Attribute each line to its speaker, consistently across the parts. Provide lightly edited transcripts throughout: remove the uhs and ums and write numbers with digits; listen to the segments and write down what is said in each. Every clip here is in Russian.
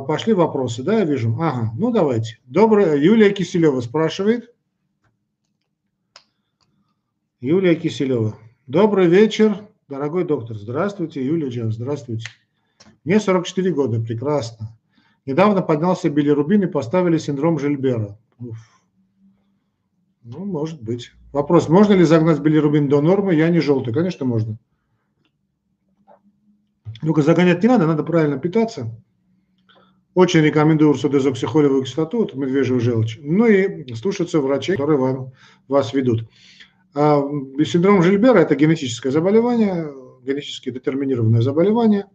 Speaker 1: пошли вопросы, да, я вижу. Ага, ну давайте. Доброе. Юлия Киселева спрашивает. Юлия Киселева. Добрый вечер, дорогой доктор. Здравствуйте, Юлия Джан, здравствуйте. Мне 44 года, прекрасно. Недавно поднялся билирубин и поставили синдром Жильбера. Уф. Ну, может быть. Вопрос, можно ли загнать билирубин до нормы? Я не желтый. Конечно, можно. Ну-ка, загонять не надо, надо правильно питаться. Очень рекомендую урсодезоксихолевую кислоту, это медвежью желчь. Ну и слушаться врачей, которые вас ведут. Синдром Жильбера – это генетическое заболевание, генетически детерминированное заболевание.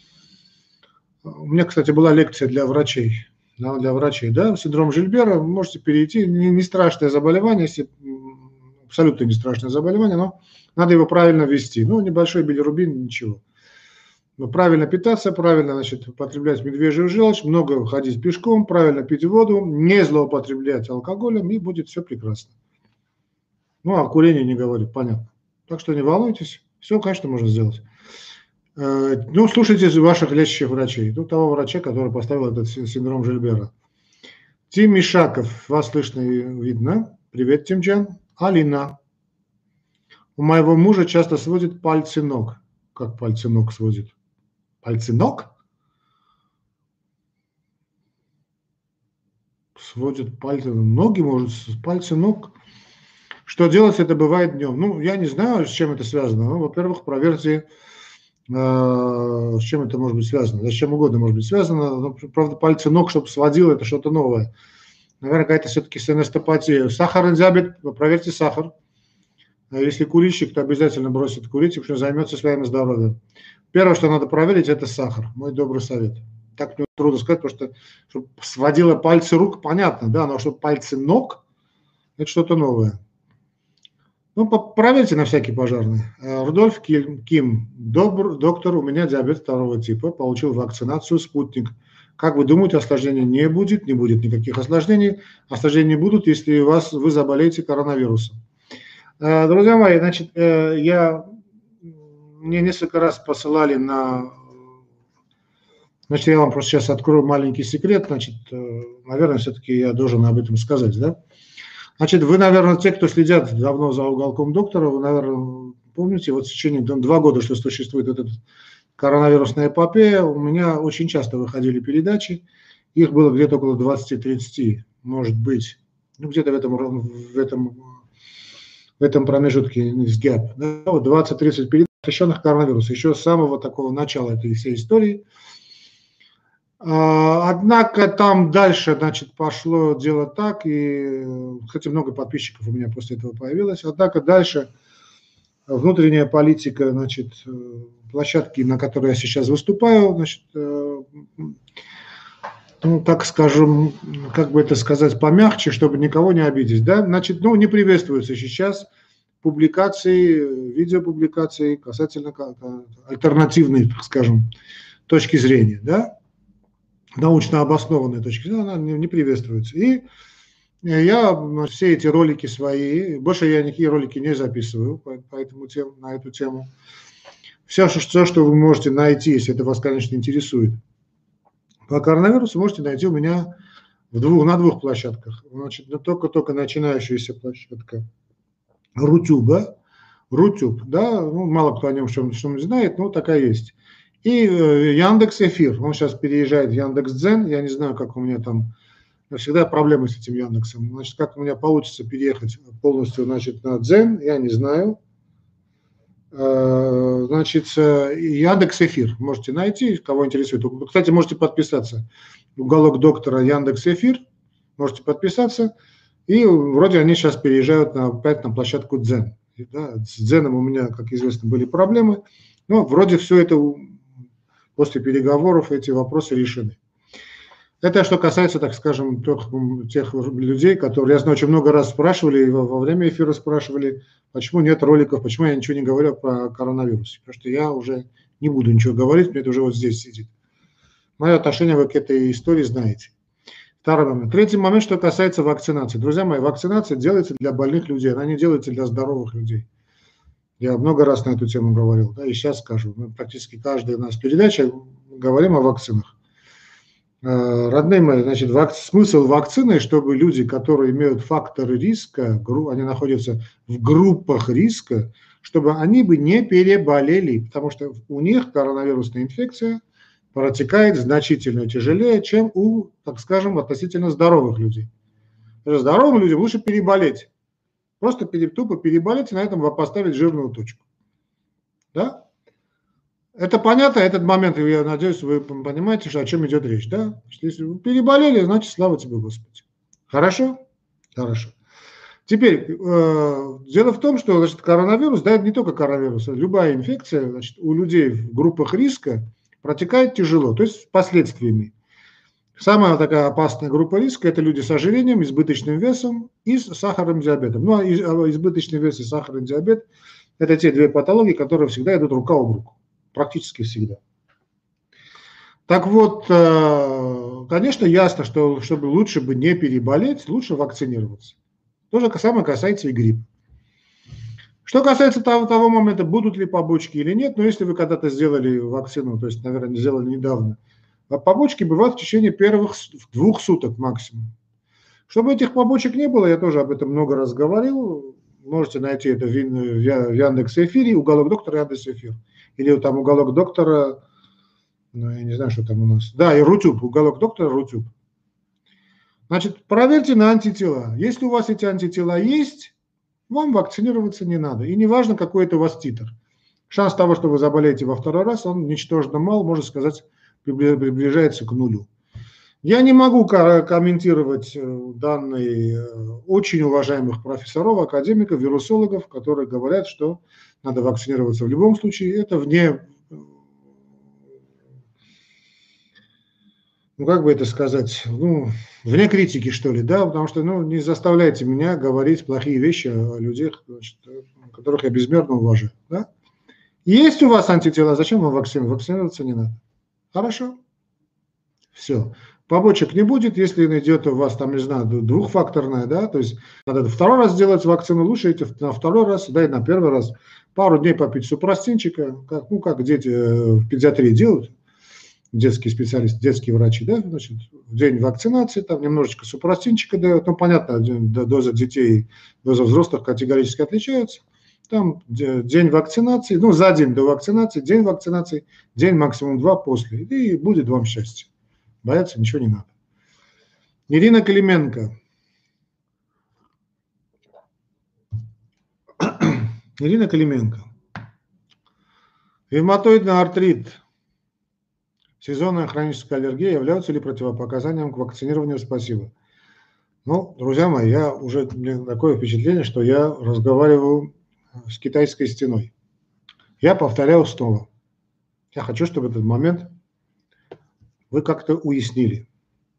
Speaker 1: У меня, кстати, была лекция для врачей. Да, синдром Жильбера, вы можете перейти, не страшное заболевание, абсолютно не страшное заболевание, но надо его правильно вести. Ну, небольшой билирубин, ничего. Но правильно питаться, правильно, значит, употреблять медвежью желчь, много ходить пешком, правильно пить воду, не злоупотреблять алкоголем, и будет все прекрасно. Ну, о курении не говорю, понятно. Так что не волнуйтесь, все, конечно, можно сделать. Ну, слушайте ваших лечащих врачей. Ну, того врача, который поставил этот синдром Жильбера. Тим Мишаков, вас слышно и видно. Привет, Тимчан. Алина. У моего мужа часто сводит пальцы ног. Как пальцы ног сводит? Пальцы ног? Сводит пальцы, ноги, может, пальцы ног. Что делать, это бывает днем. Ну, я не знаю, с чем это связано. Ну, во-первых, проверьте, с чем это может быть связано. С чем угодно может быть связано. Но, правда, пальцы ног, чтобы сводило, это что-то новое. Наверное, какая-то все-таки синестопатия. Сахарный диабет, проверьте сахар. Если курильщик, то обязательно бросит курить, потому что займется своим здоровьем. Первое, что надо проверить, это сахар. Мой добрый совет. Так мне трудно сказать, потому что чтобы сводило пальцы рук, понятно, да, но чтобы пальцы ног, это что-то новое. Ну, проверьте на всякий пожарный. Рудольф Ким. Доктор, у меня диабет второго типа, получил вакцинацию «Спутник». Как вы думаете, осложнений не будет никаких осложнений. Осложнений не будут, если вы заболеете коронавирусом. Друзья мои, значит, мне несколько раз посылали на... Значит, я вам просто сейчас открою маленький секрет. Значит, наверное, все-таки я должен об этом сказать, да? Значит, вы, наверное, те, кто следят давно за уголком доктора, вы, наверное, помните, вот в течение 2 года, что существует эта коронавирусная эпопея, у меня очень часто выходили передачи, их было где-то около 20-30, может быть, ну, где-то в этом промежутке с гэп, да, вот 20-30 передач, посвященных коронавирусу, еще с самого такого начала этой всей истории. Однако там дальше, значит, пошло дело так, и, кстати, много подписчиков у меня после этого появилось, однако дальше внутренняя политика, значит, площадки, на которой я сейчас выступаю, значит, ну, так скажем, как бы это сказать помягче, чтобы никого не обидеть, да, значит, ну, не приветствуются сейчас публикации, видеопубликации касательно альтернативной, так скажем, точки зрения, да, научно обоснованной точки зрения, она не приветствуется. И я все эти ролики свои, больше я никакие ролики не записываю на эту тему. Все, что вы можете найти, если это вас, конечно, интересует, по коронавирусу можете найти у меня на двух площадках. Значит, только начинающаяся площадка Рутюб, да, ну, мало кто о нем что-нибудь знает, но такая есть. И Яндекс Эфир, он сейчас переезжает в Яндекс.Дзен, я не знаю, как у меня там, всегда проблемы с этим Яндексом, значит, как у меня получится переехать полностью, значит, на Дзен, я не знаю. Значит, Яндекс Эфир можете найти, кого интересует. Кстати, можете подписаться. Уголок доктора Яндекс Эфир, можете подписаться. И вроде они сейчас переезжают опять на площадку Дзен. Да, с Дзеном у меня, как известно, были проблемы. Но вроде все это после переговоров, эти вопросы решены. Это что касается, так скажем, тех людей, которые, я знаю, очень много раз спрашивали, и во время эфира спрашивали, почему нет роликов, почему я ничего не говорю про коронавирус. Потому что я уже не буду ничего говорить, мне это уже вот здесь сидит. Мое отношение вы к этой истории знаете. Второй момент. Третий момент, что касается вакцинации. Друзья мои, вакцинация делается для больных людей, она не делается для здоровых людей. Я много раз на эту тему говорил, да, и сейчас скажу. Мы практически каждая у нас передача говорим о вакцинах. Родные мои, значит, смысл вакцины, чтобы люди, которые имеют факторы риска, они находятся в группах риска, чтобы они бы не переболели, потому что у них коронавирусная инфекция протекает значительно тяжелее, чем у, так скажем, относительно здоровых людей. Здоровым людям лучше переболеть. Просто тупо переболеть и на этом поставить жирную точку. Да? Это понятно, этот момент, я надеюсь, вы понимаете, о чем идет речь. Да? Если вы переболели, значит, слава тебе, Господи. Хорошо? Хорошо. Теперь, дело в том, что значит, коронавирус, да, это не только коронавирус, любая инфекция, значит, у людей в группах риска протекает тяжело, то есть с последствиями. Самая такая опасная группа риска – это люди с ожирением, избыточным весом и с сахарным диабетом. Ну, а избыточный вес и сахарный диабет – это те две патологии, которые всегда идут рука об руку, практически всегда. Так вот, конечно, ясно, что чтобы лучше бы не переболеть, лучше вакцинироваться. То же самое касается и гриппа. Что касается того момента, будут ли побочки или нет, но если вы когда-то сделали вакцину, то есть, наверное, сделали недавно, побочки бывают в течение первых 2 суток максимум. Чтобы этих побочек не было, я тоже об этом много раз говорил, можете найти это в Яндекс.Эфире, уголок доктора Яндекс.Эфир, или там уголок доктора, ну, я не знаю, что там у нас, да, и Рутюб, уголок доктора Рутюб. Значит, проверьте на антитела. Если у вас эти антитела есть, вам вакцинироваться не надо. И неважно, какой это у вас титр. Шанс того, что вы заболеете во второй раз, он ничтожно мал, можно сказать, приближается к нулю. Я не могу комментировать данные очень уважаемых профессоров, академиков, вирусологов, которые говорят, что надо вакцинироваться в любом случае. Это вне, ну как бы это сказать, ну, вне критики, что ли, да, потому что, ну, не заставляйте меня говорить плохие вещи о людях, значит, которых я безмерно уважаю, да. Есть у вас антитела, зачем вам вакцинироваться не надо? Хорошо. Все. Побочек не будет, если идет у вас, там, не знаю, двухфакторная, да, то есть надо второй раз сделать вакцину, лучше идти на второй раз, да и на первый раз, пару дней попить супрастинчика, как дети в педиатрии делают, детские специалисты, детские врачи, да, значит, в день вакцинации, там немножечко супрастинчика дают, ну, понятно, доза детей, доза взрослых категорически отличаются, там день вакцинации, ну, за день до вакцинации, день вакцинации, день максимум 2 после, и будет вам счастье. Бояться ничего не надо. Ирина Клименко. Ирина Клименко. Ревматоидный артрит, сезонная хроническая аллергия являются ли противопоказанием к вакцинированию? Спасибо. Ну, друзья мои, у меня такое впечатление, что я разговариваю с китайской стеной. Я повторяю снова. Я хочу, чтобы этот момент вы как-то уяснили.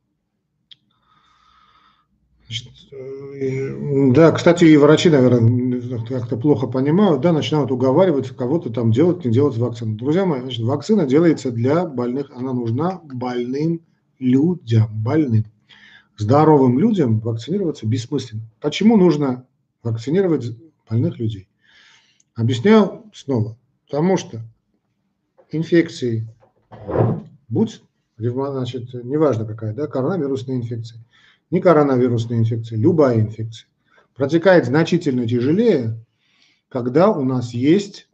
Speaker 1: Значит, да, кстати, и врачи, наверное, как-то плохо понимают, да, начинают уговаривать кого-то там делать, не делать вакцину. Друзья мои, значит, вакцина делается для больных, она нужна больным людям, больным. Здоровым людям вакцинироваться бессмысленно. Почему нужно вакцинировать больных людей? Объясняю снова. Потому что инфекции, будь, значит, неважно какая, да, коронавирусная инфекция, не коронавирусная инфекция, любая инфекция, протекает значительно тяжелее, когда у нас есть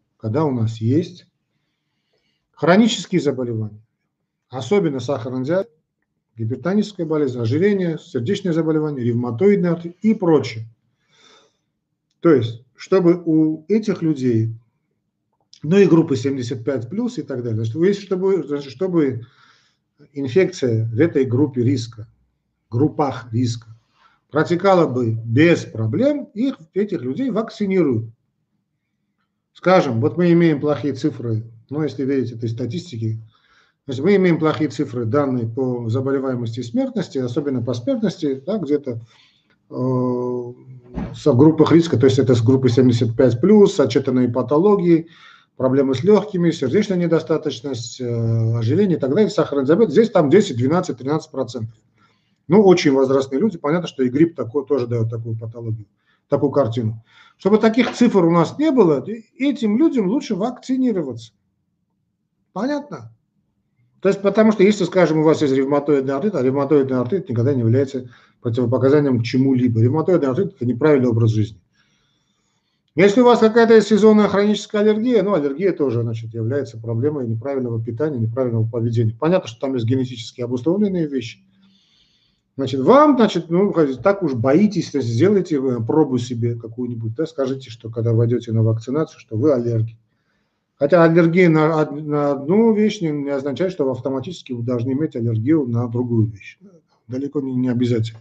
Speaker 1: хронические заболевания, особенно сахарный диабет, гипертоническая болезнь, ожирение, сердечные заболевания, ревматоидный артрит и прочее. То есть, чтобы у этих людей, ну и группы 75+, и так далее, чтобы инфекция в этой группе риска, группах риска, протекала бы без проблем, этих людей вакцинируют. Скажем, вот мы имеем плохие цифры, ну, если верить этой статистике, значит, мы имеем плохие цифры, данные по заболеваемости и смертности, особенно по смертности, да, где-то в группах риска, то есть это с группы 75+, сочетанные патологии, проблемы с легкими, сердечная недостаточность, ожирение и так далее, сахарный диабет, здесь там 10, 12, 13%. Ну, очень возрастные люди, понятно, что и грипп такой тоже дает такую патологию, такую картину. Чтобы таких цифр у нас не было, этим людям лучше вакцинироваться. Понятно? То есть, потому что если, скажем, у вас есть ревматоидный артрит, а ревматоидный артрит никогда не является противопоказанием к чему-либо. Ревматоидный артрит – это неправильный образ жизни. Если у вас какая-то сезонная хроническая аллергия, ну, аллергия тоже, значит, является проблемой неправильного питания, неправильного поведения. Понятно, что там есть генетически обусловленные вещи. Значит, вам, значит, ну, так уж боитесь, то есть сделайте пробу себе какую-нибудь, да, скажите, что когда войдете на вакцинацию, что вы аллергик. Хотя аллергия на одну вещь не означает, что вы автоматически вы должны иметь аллергию на другую вещь. Далеко не обязательно.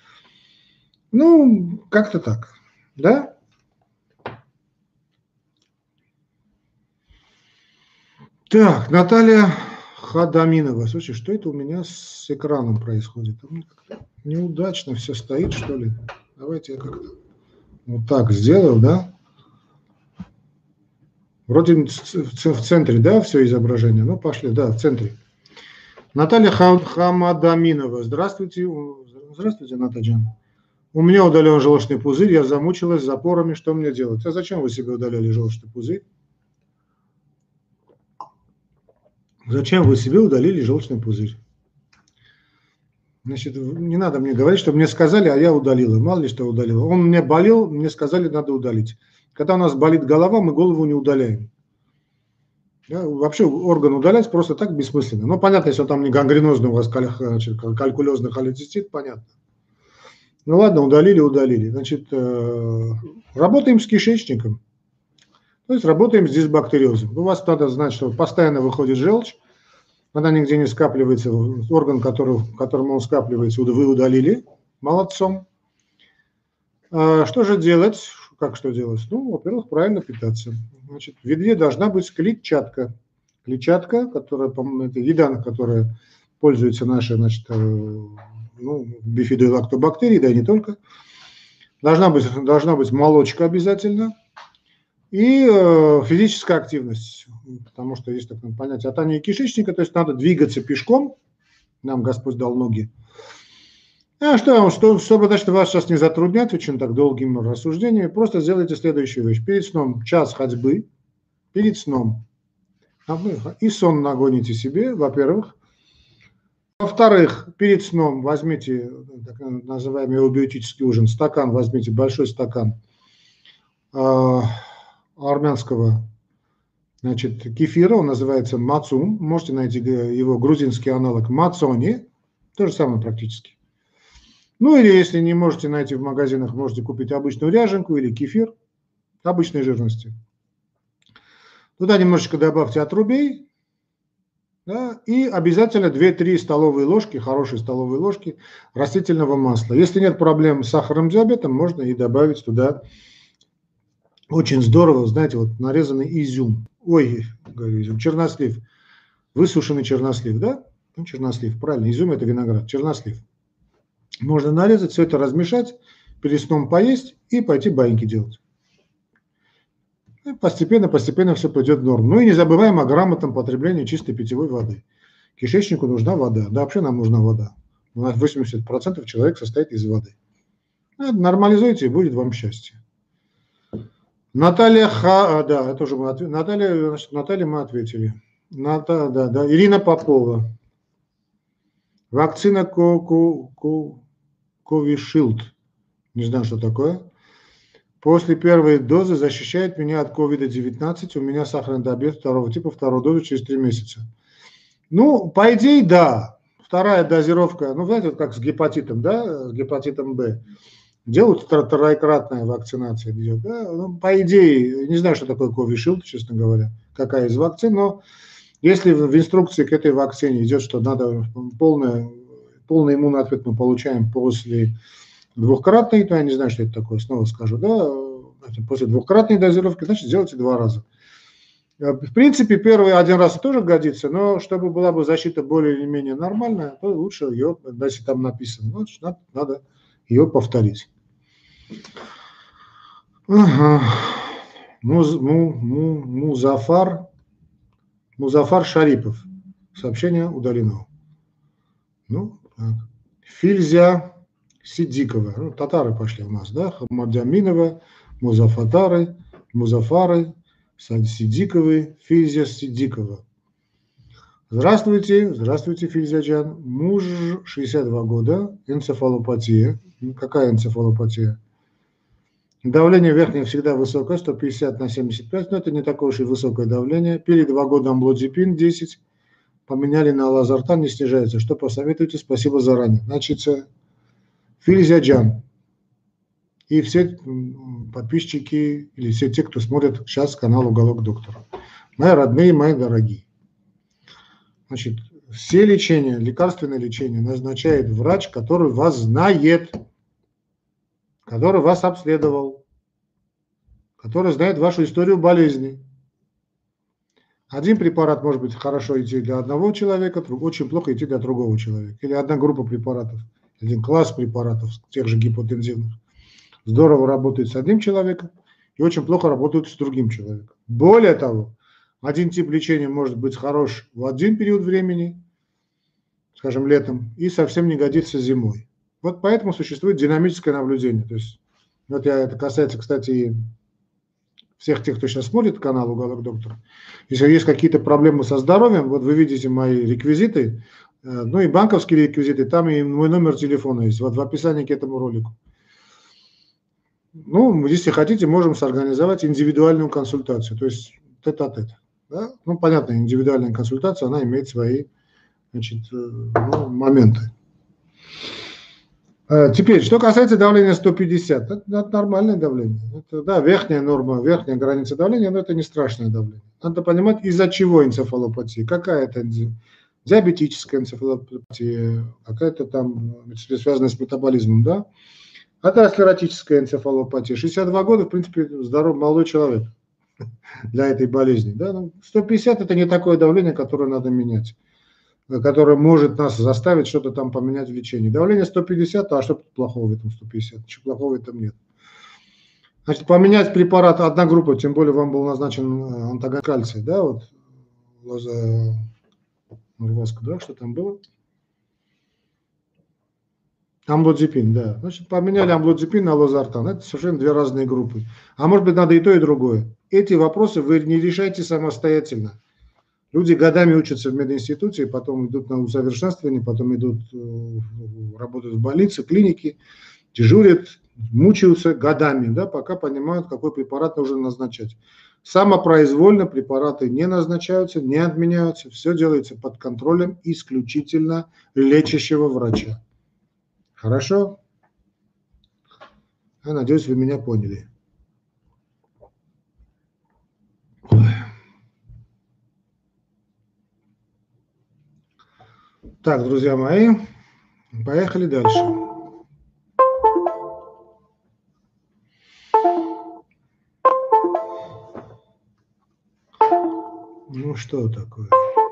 Speaker 1: Ну, как-то так, да? Так, Наталья Хадаминова. Слушай, что это у меня с экраном происходит? Неудачно все стоит, что ли? Давайте я как-то вот так сделаю, да? Вроде в центре, да, все изображение? Ну, пошли, да, в центре. Наталья Хамадаминова. Здравствуйте. Здравствуйте, Наталья. У меня удален желчный пузырь, я замучилась запорами, что мне делать? А зачем вы себе удаляли желчный пузырь? Зачем вы себе удалили желчный пузырь? Значит, не надо мне говорить, что мне сказали, а я удалила. Мало ли что удалила. Он мне болел, мне сказали, надо удалить. Когда у нас болит голова, мы голову не удаляем. Да, вообще орган удалять просто так бессмысленно. Ну, понятно, если он там не гангренозный, у вас калькулезный холецистит, понятно. Ну ладно, удалили. Значит, работаем с кишечником. То есть работаем с дисбактериозом. У вас надо знать, что постоянно выходит желчь, она нигде не скапливается, орган, которому он скапливается, вы удалили, молодцом. Что же делать? Как что делать? Ну, во-первых, правильно питаться. Значит, в еде должна быть клетчатка. Клетчатка, которая, это еда, которая пользуется нашей, значит, бифидолактобактерии, да и не только. Должна быть молочка обязательно. И физическая активность, потому что есть такое понятие отания кишечника, то есть надо двигаться пешком, нам Господь дал ноги. Чтобы значит, вас сейчас не затруднять очень так долгими рассуждениями, просто сделайте следующую вещь. Перед сном час ходьбы, перед сном, и сон нагоните себе, во-первых. Во-вторых, перед сном возьмите так называемый эубиотический ужин, стакан возьмите, большой стакан армянского, значит, кефира, он называется мацум, можете найти его грузинский аналог мацони, то же самое практически. Ну или если не можете найти в магазинах, можете купить обычную ряженку или кефир обычной жирности. Туда немножечко добавьте отрубей, да, и обязательно 2-3 столовые ложки, хорошие столовые ложки растительного масла. Если нет проблем с сахарным диабетом, можно и добавить туда. Очень здорово, знаете, вот нарезанный изюм. Ой, говорю, изюм, чернослив. Высушенный чернослив, да? Ну, чернослив, правильно, изюм – это виноград, чернослив. Можно нарезать, все это размешать, перед сном поесть и пойти баиньки делать. И постепенно все пойдет в норму. Ну и не забываем о грамотном потреблении чистой питьевой воды. Кишечнику нужна вода, да, вообще нам нужна вода. У нас 80% человек состоит из воды. Нормализуйте, и будет вам счастье. Наталья да, это уже мы ответили. Наталья мы ответили. Да. Ирина Попова. Вакцина Covishield. Не знаю, что такое. После первой дозы защищает меня от COVID-19. У меня сахарный диабет второго типа, вторую дозу через 3 месяца. Ну, по идее, да. Вторая дозировка, ну, знаете, вот как с гепатитом, да, с гепатитом Б. Делают троекратная вакцинация идет, да? Ну, по идее, не знаю, что такое Covishield, честно говоря, какая из вакцин, но если в инструкции к этой вакцине идет, что надо полный иммунный ответ мы получаем после двухкратной, то я не знаю, что это такое, снова скажу, да, после двухкратной дозировки, значит, сделайте 2 раза. В принципе, первый 1 раз тоже годится, но чтобы была бы защита более или менее нормальная, то лучше ее, если там написано, значит, надо ее повторить. Ага. Музафар Шарипов. Сообщение удалено. Ну, так. Фильзя Сидикова. Ну, татары пошли у нас, да? Хамадяминова, Музафары, Сидиковы, Фильзя Сидикова. Здравствуйте, здравствуйте, Филзяджан. Муж 62 года, энцефалопатия. Какая энцефалопатия? Давление верхнее всегда высокое, 150/75, но это не такое уж и высокое давление. Пили 2 года амлодипин 10, поменяли на лазартан, не снижается. Что посоветуете? Спасибо заранее. Значит, Филзяджан и все подписчики или все те, кто смотрит сейчас канал «Уголок доктора». Мои родные, мои дорогие. Значит, все лечения, лекарственное лечение назначает врач, который вас знает, который вас обследовал, который знает вашу историю болезни. Один препарат может быть хорошо идти для одного человека, очень плохо идти для другого человека. Или одна группа препаратов, один класс препаратов, тех же гипотензивных, здорово работает с одним человеком и очень плохо работает с другим человеком. Более того, один тип лечения может быть хорош в один период времени, скажем, летом, и совсем не годится зимой. Вот поэтому существует динамическое наблюдение. То есть, вот это касается, кстати, и всех тех, кто сейчас смотрит канал «Уголок доктора». Если есть какие-то проблемы со здоровьем, вот вы видите мои реквизиты, ну и банковские реквизиты, там и мой номер телефона есть, вот в описании к этому ролику. Ну, если хотите, можем сорганизовать индивидуальную консультацию, то есть тет-а-тет. Да? Ну, понятно, индивидуальная консультация, она имеет свои, значит, моменты. Теперь, что касается давления 150, это нормальное давление. Это, да, верхняя норма, верхняя граница давления, но это не страшное давление. Надо понимать, из-за чего энцефалопатия, какая это диабетическая энцефалопатия, какая-то там связанная с метаболизмом, да. Атеросклеротическая энцефалопатия, 62 года, в принципе, здоровый молодой человек для этой болезни. Да? 150 это не такое давление, которое надо менять, которое может нас заставить что-то там поменять в лечении. Давление 150, а что плохого в этом 150? Ничего плохого в этом нет. Значит, поменять препарат, одна группа, тем более вам был назначен антагонист кальция, да, вот, да, что там было? Амлодипин, да. Значит, поменяли амлодипин на лозартан. Это совершенно две разные группы. А может быть, надо и то, и другое. Эти вопросы вы не решаете самостоятельно. Люди годами учатся в мединституте, потом идут на усовершенствование, потом идут работать в больнице, клинике, дежурят, мучаются годами, да, пока понимают, какой препарат нужно назначать. Самопроизвольно препараты не назначаются, не отменяются. Все делается под контролем исключительно лечащего врача. Хорошо? Я надеюсь, вы меня поняли. Так, друзья мои, поехали дальше. Ну, что такое?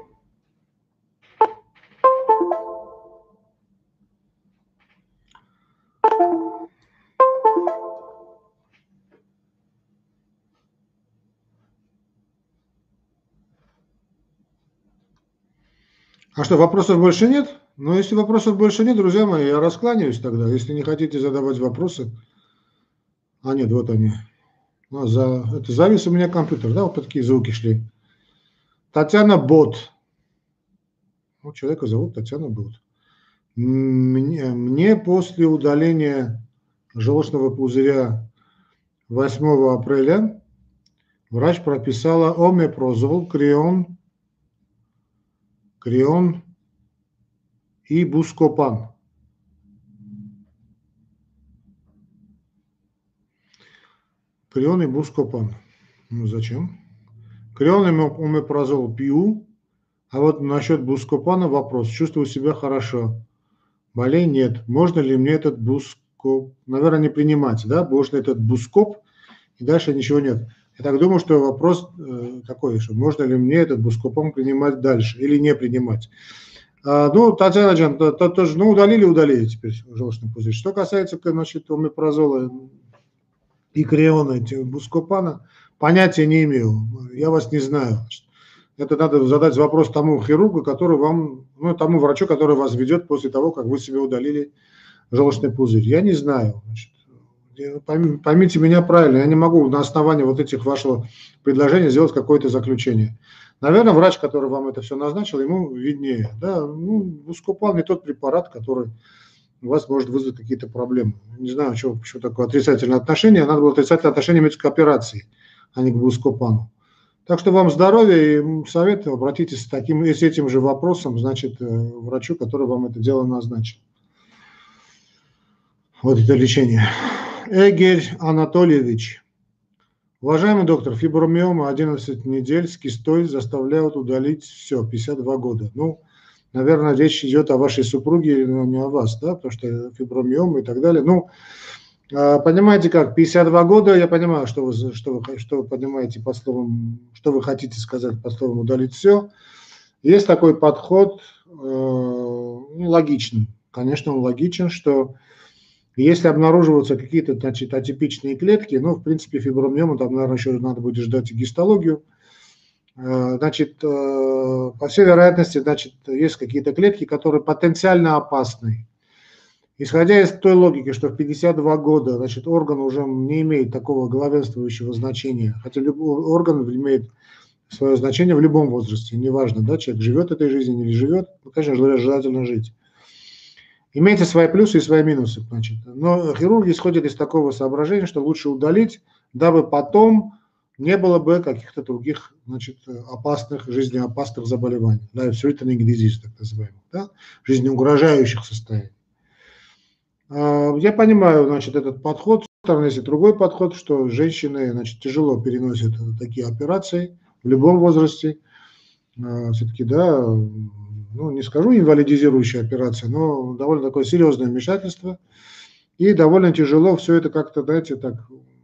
Speaker 1: А что, вопросов больше нет? Ну, если вопросов больше нет, друзья мои, я раскланяюсь тогда. Если не хотите задавать вопросы. А нет, вот они. Это завис у меня компьютер, да, вот такие звуки шли. Татьяна Бот. Ну, человека зовут Татьяна Бот. Мне после удаления желчного пузыря 8 апреля врач прописала омепрозол, крион и бускопан. Крион и бускопан. Ну, зачем? Крион и омепрозол пью, а вот насчет бускопана вопрос. Чувствую себя хорошо. Болей нет. Можно ли мне этот бускоп, наверное, не принимать, да? Можно этот бускоп, и дальше ничего нет. Я так думаю, что вопрос такой, что можно ли мне этот бускопом принимать дальше или не принимать. Ну, Татьяна Джан, тоже, ну, удалили теперь желчный пузырь. Что касается, значит, омепрозола и криона, бускопана, понятия не имею. Я вас не знаю. Это надо задать вопрос тому хирургу, который вам, ну, тому врачу, который вас ведет после того, как вы себе удалили желчный пузырь. Я не знаю. Значит, поймите меня правильно, я не могу на основании вот этих вашего предложения сделать какое-то заключение. Наверное, врач, который вам это все назначил, ему виднее. Да? Ну, Бускопал не тот препарат, который у вас может вызвать какие-то проблемы. Не знаю, почему такое отрицательное отношение. Надо было отрицательное отношение иметь к операции, а не к Бускопану. Так что вам здоровья и советую, обратитесь с этим же вопросом, значит, врачу, который вам это дело назначил. Вот это лечение. Эгерь Анатольевич. Уважаемый доктор, фибромиома 11 недель с кистой заставляют удалить все, 52 года. Ну, наверное, речь идет о вашей супруге, но не о вас, да, потому что фибромиома и так далее. Ну, понимаете как, 52 года, я понимаю, что вы понимаете под словом, что вы хотите сказать под словом удалить все. Есть такой подход, логичный. Конечно, он логичен, что если обнаруживаются какие-то, значит, атипичные клетки, ну, в принципе, фибромиома, там, наверное, еще надо будет ждать и гистологию. Значит, по всей вероятности, значит, есть какие-то клетки, которые потенциально опасны. Исходя из той логики, что в 52 года, значит, орган уже не имеет такого главенствующего значения, хотя любой орган имеет свое значение в любом возрасте, неважно, да, человек живет этой жизнью или живет, ну, конечно, желательно жить. Имеется свои плюсы и свои минусы, значит. Но хирурги исходят из такого соображения, что лучше удалить, дабы потом не было бы каких-то других, значит, опасных, жизнеопасных заболеваний, да, threatening disease, так называемых, да, жизнеугрожающих состояний. Я понимаю, значит, этот подход. С стороны, есть и другой подход, что женщины, значит, тяжело переносят такие операции в любом возрасте. Все-таки, да, ну, не скажу инвалидизирующая операция, но довольно такое серьезное вмешательство. И довольно тяжело все это как-то, знаете, так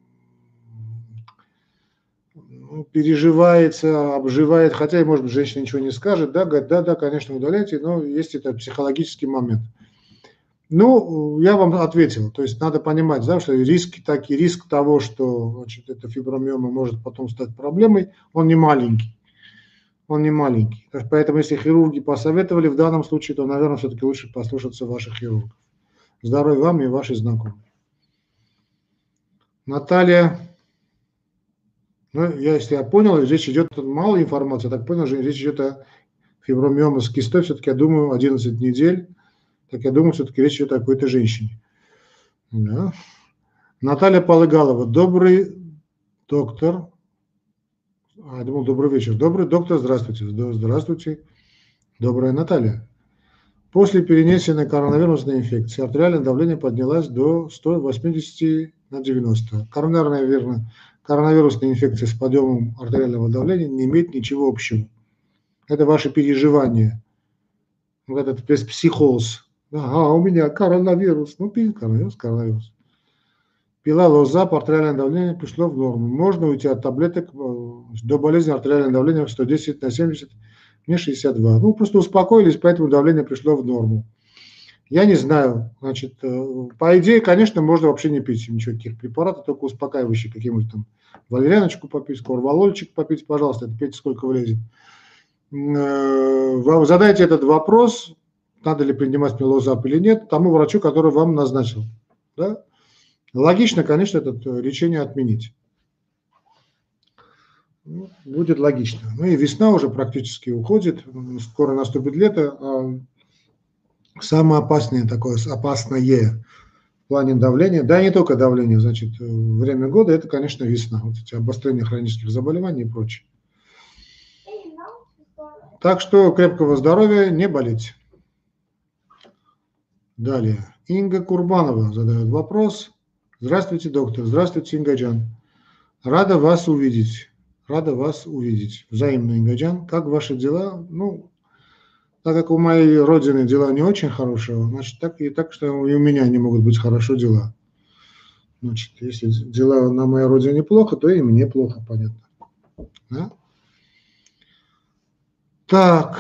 Speaker 1: переживается, обживает, хотя, может быть, женщина ничего не скажет, да, говорит, да, конечно, удаляйте, но есть это психологический момент. Ну, я вам ответил, то есть надо понимать, да, что риск того, что, значит, эта фибромиома может потом стать проблемой, он не маленький. Он не маленький. Поэтому, если хирурги посоветовали в данном случае, то, наверное, все-таки лучше послушаться ваших хирургов. Здоровья вам и вашей знакомой. Наталья, ну, если я понял, речь идет, мало информации, я так понял, речь идет о фибромиоме с кистой, все-таки, я думаю, 11 недель, так я думаю, все-таки речь идет о какой-то женщине. Да. Наталья Полыгалова, добрый доктор, я думал, добрый вечер. Добрый доктор, здравствуйте. Здравствуйте, добрая Наталья. После перенесенной коронавирусной инфекции артериальное давление поднялось до 180/90. Коронавирусная инфекция с подъемом артериального давления не имеет ничего общего. Это ваши переживания. Вот этот психоз. Ага, у меня коронавирус. Ну, коронавирус. Пила лоза, артериальное давление пришло в норму. Можно уйти от таблеток до болезни артериальное давление 110/70, мне 62. Ну, просто успокоились, поэтому давление пришло в норму. Я не знаю, значит, по идее, конечно, можно вообще не пить ничего, никаких препаратов, только успокаивающие, какие-нибудь там валерьяночку попить, корвалольчик попить, пожалуйста, это пейте сколько влезет. Вы задайте этот вопрос, надо ли принимать мелозап или нет, тому врачу, который вам назначил. Да? Логично, конечно, это лечение отменить. Будет логично. Ну и весна уже практически уходит, скоро наступит лето. Самое опасное в плане давления, да, не только давление, значит, время года, это, конечно, весна. Вот эти обострения хронических заболеваний и прочее. Так что крепкого здоровья, не болеть. Далее. Инга Курбанова задает вопрос. Здравствуйте, доктор. Здравствуйте, Ингаджан. Рада вас увидеть. Рада вас увидеть. Взаимно, Ингаджан. Как ваши дела? Ну, так как у моей родины дела не очень хорошие, значит, так что и у меня не могут быть хорошо дела. Значит, если дела на моей родине плохо, то и мне плохо, понятно. Да? Так.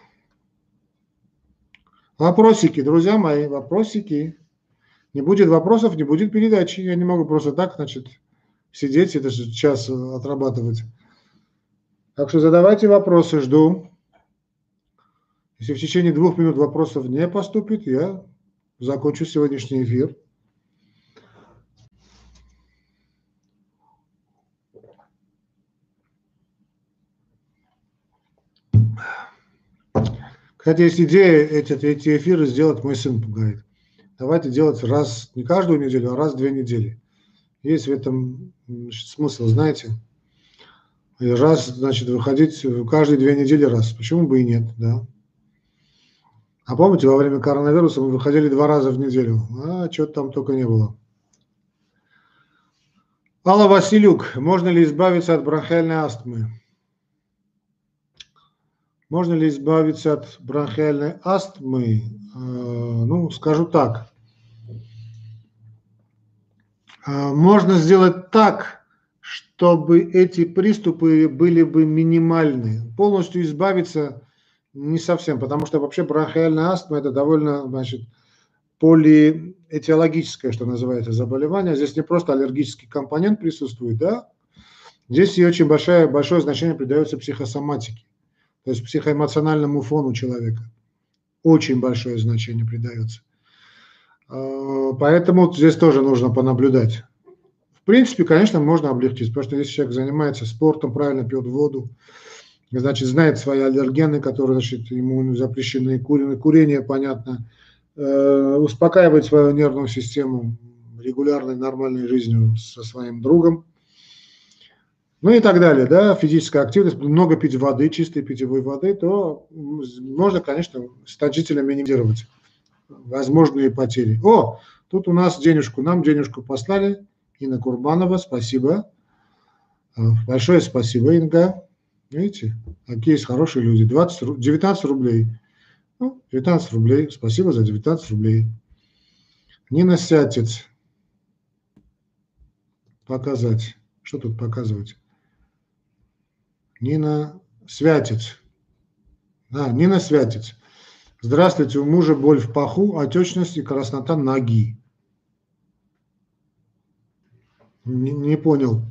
Speaker 1: Вопросики, друзья мои, вопросики. Не будет вопросов, не будет передачи. Я не могу просто так, значит, сидеть, это же час отрабатывать. Так что задавайте вопросы, жду. Если в течение 2 минут вопросов не поступит, я закончу сегодняшний эфир. Кстати, есть идея эти эфиры сделать, мой сын говорит. Давайте делать раз, не каждую неделю, а раз в 2 недели. Есть в этом смысл, знаете. И раз, значит, выходить каждые 2 недели раз. Почему бы и нет, да. А помните, во время коронавируса мы выходили 2 раза в неделю. А что-то там только не было. Алла Василюк, можно ли избавиться от бронхиальной астмы? Можно ли избавиться от бронхиальной астмы? Ну, скажу так. Можно сделать так, чтобы эти приступы были бы минимальны. Полностью избавиться не совсем, потому что вообще бронхиальная астма – это довольно, значит, полиэтиологическое, что называется, заболевание. Здесь не просто аллергический компонент присутствует, да? Здесь и очень большое значение придается психосоматике, то есть психоэмоциональному фону человека. Очень большое значение придается. Поэтому здесь тоже нужно понаблюдать. В принципе, конечно, можно облегчить, потому что если человек занимается спортом, правильно пьет воду, значит, знает свои аллергены, которые, значит, ему запрещены, курение, понятно, успокаивает свою нервную систему регулярной, нормальной жизнью со своим другом, ну и так далее, да, физическая активность, много пить воды, чистой питьевой воды, то можно, конечно, значительно минимизировать возможные потери. О, тут у нас нам денежку послали, Инна Курбанова, спасибо. Большое спасибо, Инга. Видите, какие есть хорошие люди. 19 рублей. Ну, 19 рублей. Спасибо за 19 рублей. Нина Сятец. Показать. Что тут показывать? Нина Святец. Нина Святец. Здравствуйте, у мужа боль в паху, отечность и краснота ноги. Не понял.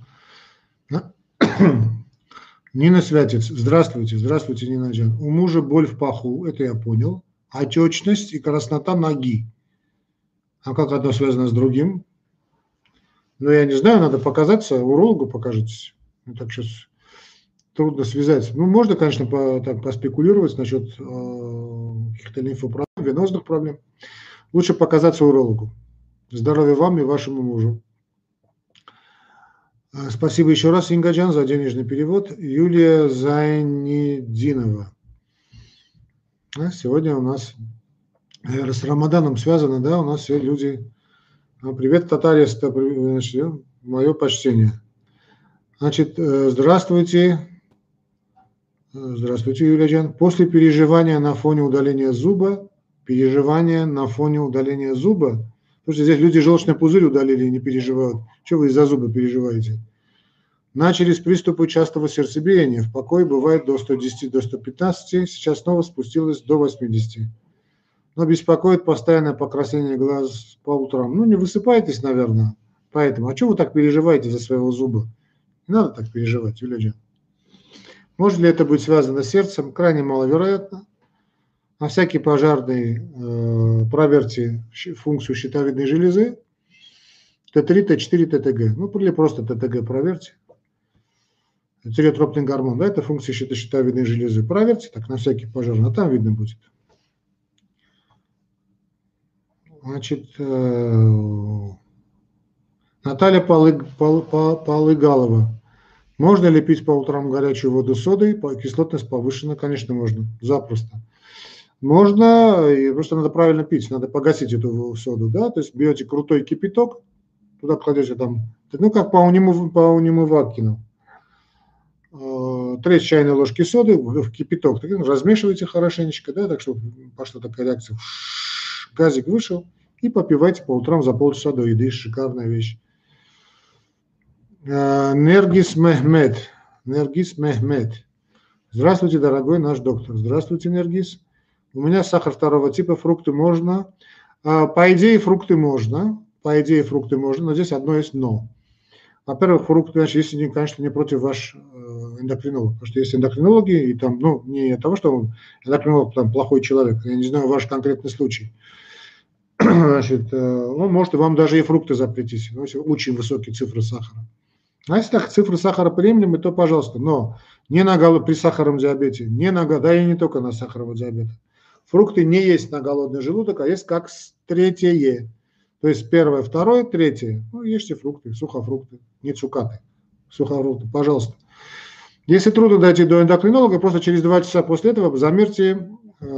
Speaker 1: Нина Святец. Здравствуйте, Нина Джан. У мужа боль в паху, это я понял. Отечность и краснота ноги. А как одно связано с другим? Ну, я не знаю, надо показаться, урологу покажитесь. Ну, так сейчас трудно связать. Ну, можно, конечно, поспекулировать насчет каких-то лимфопроблем, венозных проблем. Лучше показаться урологу. Здоровья вам и вашему мужу. Спасибо еще раз, Ингаджан, за денежный перевод. Юлия Зайнединова. Сегодня у нас с Рамаданом связано, да, у нас все люди. Привет, татарист, мое почтение. Значит, здравствуйте. Здравствуйте, Юлия Джан. После переживания на фоне удаления зуба, потому что здесь люди желчный пузырь удалили и не переживают. Что вы из-за зуба переживаете? Начались приступы частого сердцебиения. В покое бывает до 110, до 115. Сейчас снова спустилось до 80. Но беспокоит постоянное покраснение глаз по утрам. Ну, не высыпаетесь, наверное, поэтому. А что вы так переживаете за своего зуба? Не надо так переживать, Юлия Джан. Может ли это быть связано с сердцем? Крайне маловероятно. На всякий пожарный проверьте функцию щитовидной железы, Т3, Т4, ТТГ. Ну, или просто ТТГ проверьте. Тиреотропный гормон, да, это функция щитовидной железы. Проверьте, так, на всякий пожарный, а там видно будет. Значит, Наталья Полыгалова. Можно ли пить по утрам горячую воду с содой? Кислотность повышена, конечно, можно, запросто. Можно, и просто надо правильно пить, надо погасить эту соду, да, то есть берете крутой кипяток, туда кладете там, ну, как по Унимывакину, треть чайной ложки соды в кипяток, размешивайте хорошенечко, да, так что пошла такая реакция, газик вышел, и попивайте по утрам за полчаса до еды, шикарная вещь. Нергис Мехмед. Здравствуйте, дорогой наш доктор. Здравствуйте, Нергис. У меня сахар второго типа, фрукты можно. По идее, фрукты можно, но здесь одно есть но. Во-первых, фрукты, значит, если, конечно, не против ваш эндокринолог, потому что есть эндокринологи, и там, ну, не от того, что эндокринолог там плохой человек, я не знаю ваш конкретный случай. Значит, он может вам даже и фрукты запретить, ну, если очень высокие цифры сахара. А если так цифры сахара приемлемы, то пожалуйста, но не при сахарном диабете, да и не только на сахарного диабета. Фрукты не есть на голодный желудок, а есть как третье. То есть первое, второе, третье. Ну, ешьте фрукты, сухофрукты, не цукаты, сухофрукты, пожалуйста. Если трудно дойти до эндокринолога, просто через 2 часа после этого замерьте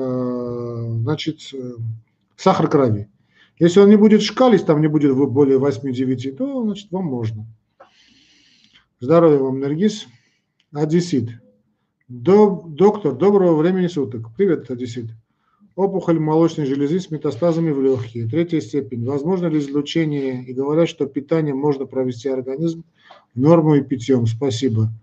Speaker 1: сахар крови. Если он не будет шкалить, там не будет более 8-9, то, значит, вам можно. Здоровья вам, Наргиз. Одессит. Доктор, доброго времени суток. Привет, Одессит. Опухоль молочной железы с метастазами в легкие. 3-я степень. Возможно ли излучение? И говорят, что питанием можно провести организм в норму и питьем. Спасибо.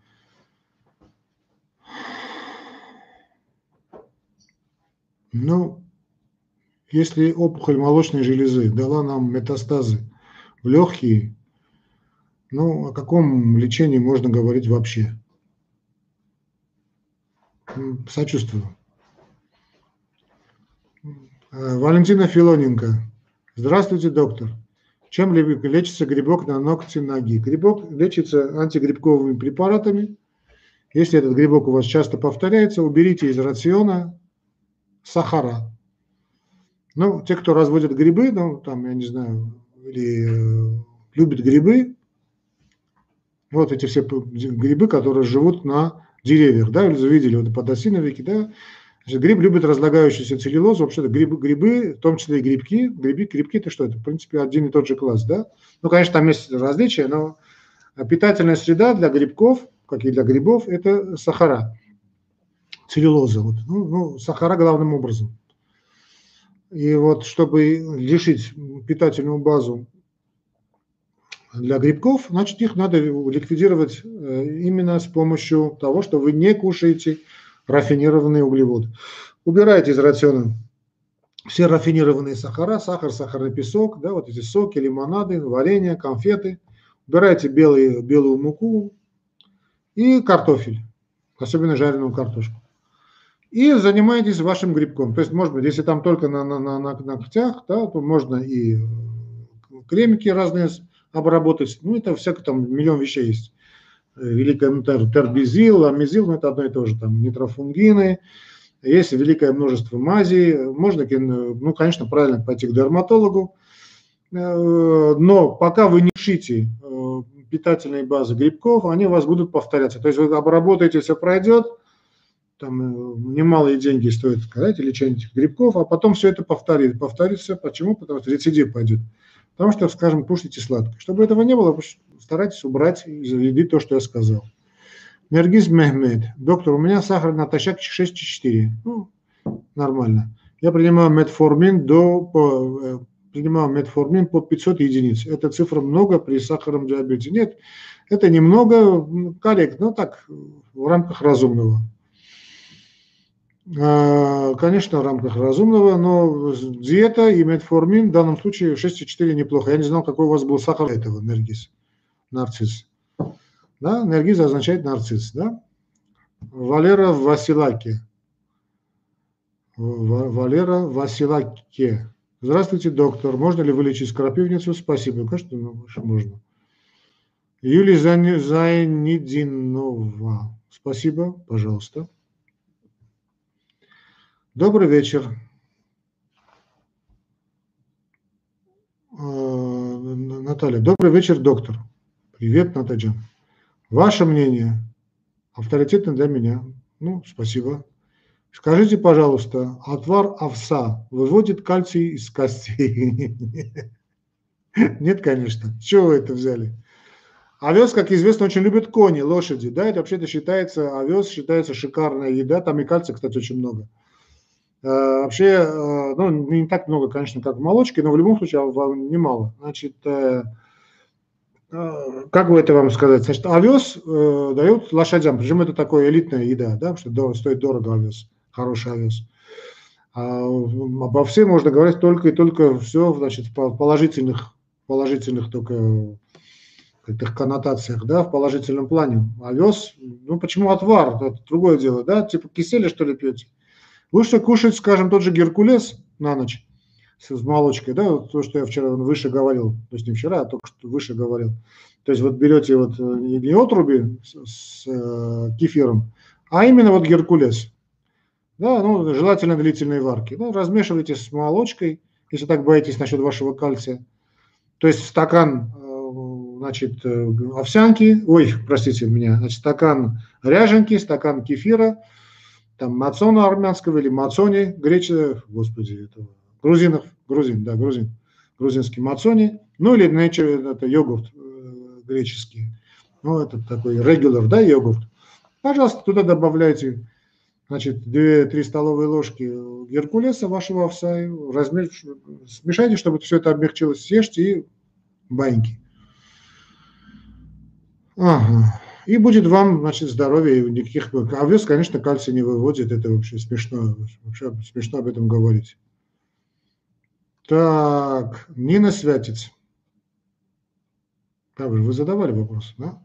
Speaker 1: Ну, если опухоль молочной железы дала нам метастазы в легкие, ну, о каком лечении можно говорить вообще? Сочувствую. Валентина Филоненко. Здравствуйте, доктор. Чем лечится грибок на ногте ноги? Грибок лечится антигрибковыми препаратами. Если этот грибок у вас часто повторяется, уберите из рациона сахара. Ну, те, кто разводят грибы, ну, там, я не знаю, или любят грибы, вот эти все грибы, которые живут на деревьях, да, или видели, вот подосиновики, да. Значит, гриб любит разлагающуюся целлюлозу, вообще-то грибы, в том числе и грибки. Грибки это что? Это, в принципе, один и тот же класс, да. Ну, конечно, там есть различия, но питательная среда для грибков, как и для грибов, это сахара, целлюлоза. Вот. Ну, сахара главным образом. И вот, чтобы лишить питательную базу для грибков, значит, их надо ликвидировать именно с помощью того, что вы не кушаете рафинированные углеводы. Убирайте из рациона все рафинированные сахара, сахар, сахарный песок, да, вот эти соки, лимонады, варенье, конфеты. Убирайте белую муку и картофель, особенно жареную картошку. И занимайтесь вашим грибком. То есть, может быть, если там только на ногтях, да, то можно и кремики разные обработать. Ну, это всякое там миллион вещей есть. Великое тербизил, амизил, ну, это одно и то же. Там нитрофунгины, есть великое множество мазей. Можно, ну, конечно, правильно пойти к дерматологу. Но пока вы не решите питательные базы грибков, они у вас будут повторяться. То есть вы обработаете, все пройдет, там немалые деньги стоит, сказать, лечение этих грибков, а потом все это повторится. Почему? Потому что рецидив пойдет. Потому что, скажем, кушайте сладкое. Чтобы этого не было, старайтесь убрать из еды то, что я сказал. Наргиз Мехмед. Доктор, у меня сахар натощак 6,4. Ну, нормально. Я принимаю метформин по 500 единиц. Это цифра много при сахарном диабете. Нет, это немного, корректно, но так, в рамках разумного. Конечно, в рамках разумного, но диета и метформин в данном случае 6,4 неплохо. Я не знал, какой у вас был сахар этого, Наргиз. Нарцисс. Да, Наргиз означает нарцисс, да? Валера Василаки. Валера Василаки. Здравствуйте, доктор. Можно ли вылечить крапивницу? Спасибо. Конечно, можно. Юлия Зайнидинова. Спасибо, пожалуйста. Добрый вечер. Наталья. Добрый вечер, доктор. Привет, Натаджан. Ваше мнение авторитетно для меня. Ну, спасибо. Скажите, пожалуйста, отвар овса выводит кальций из костей? Нет, конечно. С чего вы это взяли? Овес, как известно, очень любят кони, лошади. Да, это вообще-то считается, овес считается шикарная еда. Там и кальция, кстати, очень много. Вообще, ну, не так много, конечно, как в молочке, но в любом случае немало. Значит, как бы это вам сказать? Значит, овес дают лошадям, причем это такая элитная еда, да, потому что стоит дорого овес, хороший овес. Обо всем можно говорить только и только все, значит, в положительных только этих коннотациях, да, в положительном плане. Овес, ну почему отвар? Это другое дело, да, типа киселя, что ли, пьете? Лучше кушать, скажем, тот же геркулес на ночь с молочкой, да, вот то, что я вчера выше говорил, то есть не вчера, а только что выше говорил. То есть вот берете вот не отруби с кефиром, а именно вот геркулес. Да, ну, желательно длительной варки. Ну, размешивайте с молочкой, если так боитесь насчет вашего кальция. То есть стакан, значит, овсянки, ой, простите меня, значит, стакан ряженки, стакан кефира, там мацона армянского или мацони, господи, это грузин, да, грузинский мацони, ну или это йогурт греческий, ну это такой regular, да, йогурт. Пожалуйста, туда добавляйте, значит, 2-3 столовые ложки геркулеса вашего овса, смешайте, чтобы все это обмягчилось, съешьте и баньки. Ага. И будет вам, значит, здоровье, и никаких... Овес, конечно, кальций не выводит, это вообще смешно об этом говорить. Так, Нина Святец. Да, вы задавали вопрос, да?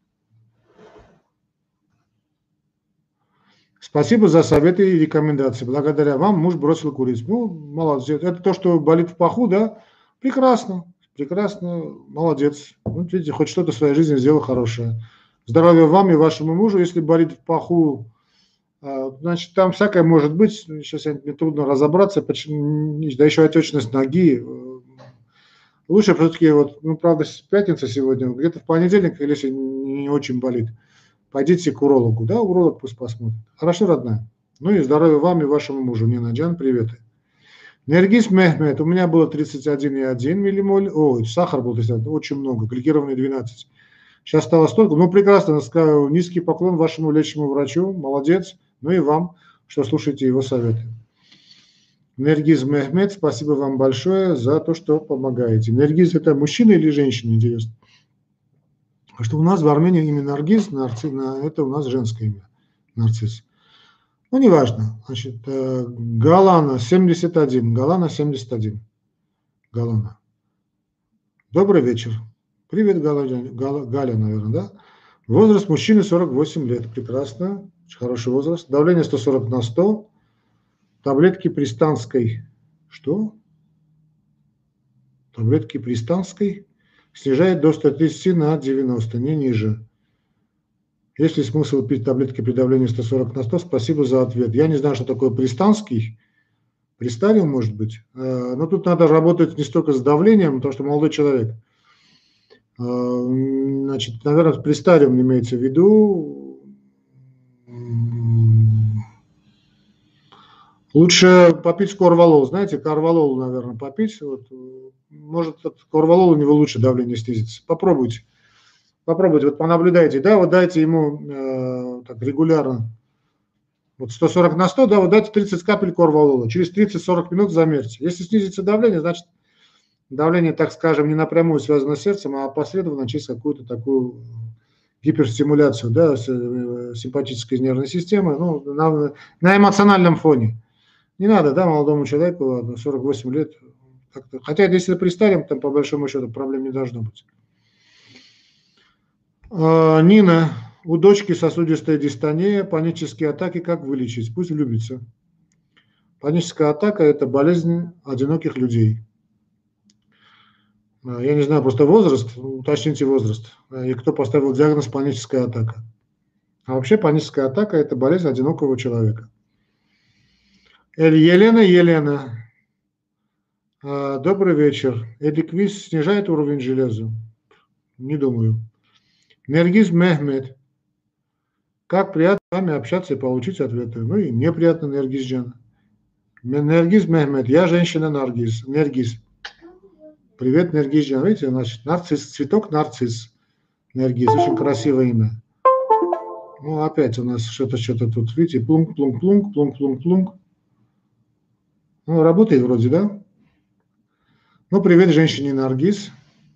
Speaker 1: Спасибо за советы и рекомендации. Благодаря вам муж бросил курить. Ну, молодец. Это то, что болит в паху, да? Прекрасно, прекрасно, молодец. Вот видите, хоть что-то в своей жизни сделал хорошее. Здоровья вам и вашему мужу. Если болит в паху, значит, там всякое может быть. Сейчас мне трудно разобраться, почему, да еще отечность ноги. Лучше все-таки, вот, ну, правда, пятница сегодня, где-то в понедельник, или если не очень болит, пойдите к урологу, да, уролог пусть посмотрит. Хорошо, родная? Ну и здоровья вам и вашему мужу. Нина Джан, привет. Нергиз Мехмед, у меня было 31,1 миллимоль, ой, сахар был 31, очень много, гликированный 12. Сейчас стало столько, ну прекрасно, низкий поклон вашему лечащему врачу, молодец, ну и вам, что слушаете его советы. Нергиз Мехмед, спасибо вам большое за то, что помогаете. Нергиз это мужчина или женщина, интересно? Потому что у нас в Армении имя Наргиз, это у нас женское имя, нарцисс. Ну, неважно. Значит, Галана 71. Галана 71. Галана. Добрый вечер. Привет, Галя, наверное, да? Возраст мужчины 48 лет. Прекрасно. Очень хороший возраст. Давление 140/100. Таблетки Пристанской. Что? Таблетки Пристанской снижает до 130/90, не ниже. Есть ли смысл пить таблетки при давлении 140/100? Спасибо за ответ. Я не знаю, что такое Пристанский. Приставил, может быть. Но тут надо работать не столько с давлением, потому что молодой человек. Значит, наверное, Приставим имеется в виду. Лучше попить корвалол. Знаете, корвалол, наверное, попить. Вот. Может, от корвалола у него лучше давление снизится. Попробуйте. Попробуйте, вот понаблюдайте, да, вот дайте ему так регулярно, вот 140/100, да, вот дайте 30 капель корвалола, через 30-40 минут замерьте. Если снизится давление, значит, давление, так скажем, не напрямую связано с сердцем, а опосредованно через какую-то такую гиперстимуляцию, да, симпатической нервной системы, ну, на эмоциональном фоне. Не надо, да, молодому человеку, 48 лет, хотя если приставим, там по большому счету проблем не должно быть. Нина, у дочки сосудистая дистония, панические атаки, как вылечить? Пусть влюбится. Паническая атака – это болезнь одиноких людей. Я не знаю просто возраст, уточните возраст. И кто поставил диагноз паническая атака. А вообще паническая атака – это болезнь одинокого человека. Елена. Добрый вечер. Эликвиз снижает уровень железа? Не думаю. Нергиз Мехмед. Как приятно с вами общаться и получить ответы. Ну и мне приятно, Нергиз Джан. Нергиз Мехмед. Я женщина Нергиз. Привет, Нергиз Джан. Видите, значит, нарцисс, цветок нарцисс. Нергиз. Очень красивое имя. Ну, опять у нас что-то тут, видите, плунг. Ну, работает вроде, да? Ну, привет, женщине Нергиз.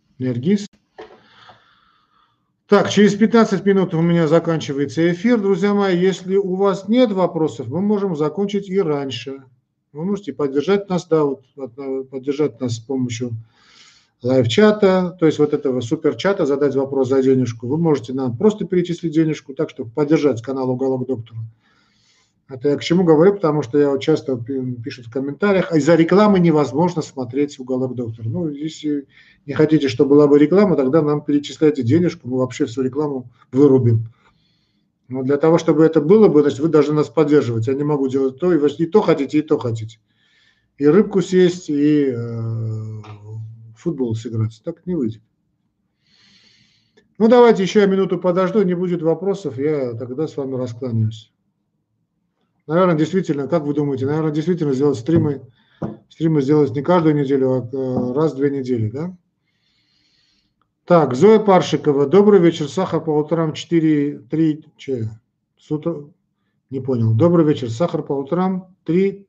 Speaker 1: Так, через 15 минут у меня заканчивается эфир, друзья мои. Если у вас нет вопросов, мы можем закончить и раньше. Вы можете поддержать нас, да, вот, поддержать нас с помощью лайв-чата, то есть вот этого супер-чата, задать вопрос за денежку. Вы можете нам просто перечислить денежку, так, чтобы поддержать канал «Уголок доктора». Это я к чему говорю, потому что я вот часто пишут в комментариях, из-за рекламы невозможно смотреть «Уголок доктора». Ну, если не хотите, чтобы была бы реклама, тогда нам перечисляйте денежку, мы вообще всю рекламу вырубим. Но для того, чтобы это было бы, значит, вы должны нас поддерживать. Я не могу делать то, и вы и то хотите, и то хотите. И рыбку съесть, и футбол сыграть. Так не выйдет. Ну, давайте еще я минуту подожду, не будет вопросов, я тогда с вами раскланяюсь. Наверное, действительно, как вы думаете, наверное, действительно сделать стримы сделать не каждую неделю, а раз в 2 недели, да? Так, Зоя Паршикова. Добрый вечер, сахар по утрам 4,3, не понял. Добрый вечер, сахар по утрам 3,4,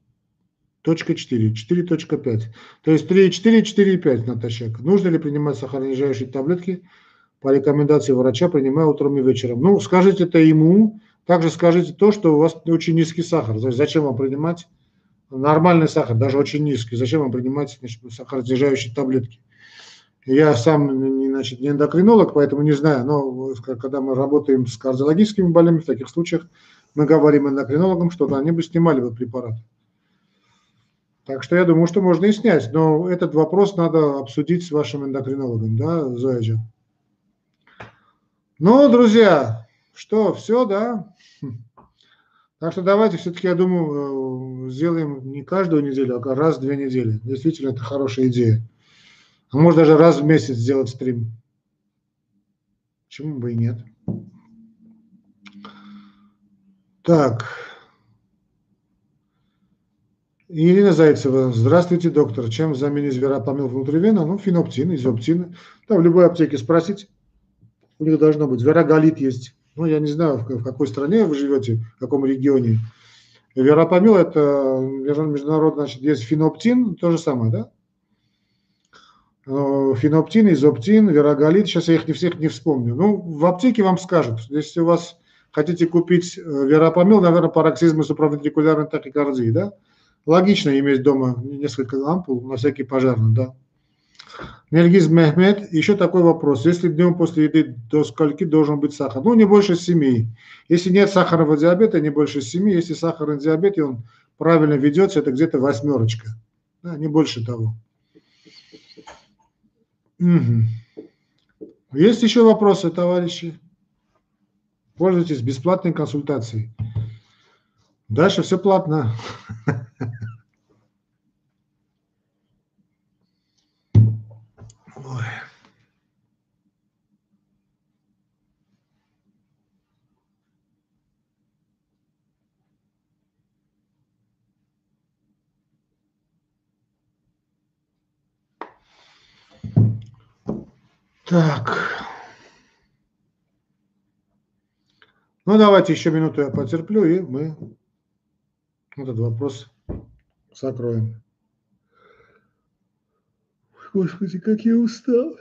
Speaker 1: 4,5. То есть 3,4, 4,5 натощак. Нужно ли принимать сахаронижающие таблетки по рекомендации врача, принимая утром и вечером? Ну, скажите это ему. Также скажите то, что у вас очень низкий сахар. Зачем вам принимать нормальный сахар, даже очень низкий? Зачем вам принимать, значит, сахаронижающие таблетки? Я сам, значит, не эндокринолог, поэтому не знаю, но когда мы работаем с кардиологическими больными, в таких случаях мы говорим эндокринологам, что они бы снимали бы препарат. Так что я думаю, что можно и снять, но этот вопрос надо обсудить с вашим эндокринологом, да, Зояджа? Ну, друзья, что, все, да? Так что давайте все-таки, я думаю, сделаем не каждую неделю, а раз в 2 недели. Действительно, это хорошая идея. А может даже раз в месяц сделать стрим. Почему бы и нет? Так. Ирина Зайцева. Здравствуйте, доктор. Чем заменить верапамил внутривенно? Ну, феноптин, изоптин. Там в любой аптеке спросить. У них должно быть. Верагалит есть. Ну, я не знаю, в какой стране вы живете, в каком регионе. Верапамил – это международно, значит, есть феноптин, то же самое, да? Феноптин, изоптин, верагалит. Сейчас я их не всех не вспомню. Ну, в аптеке вам скажут. Если у вас хотите купить верапамил, наверное, пароксизм субравентрикулярной тахикардии, да? Логично иметь дома несколько ампул на всякий пожарный, да. Нельгиз Мехмед, еще такой вопрос. Если днем после еды до скольки должен быть сахар? Ну, не больше 7. Если нет сахарного диабета, не больше 7. Если сахарный диабет, и он правильно ведется, это где-то 8. Да, не больше того. Угу. Есть еще вопросы, товарищи? Пользуйтесь бесплатной консультацией. Дальше все платно. Ой. Так. Ну, давайте еще минуту я потерплю, и мы этот вопрос закроем. Господи, как я устал.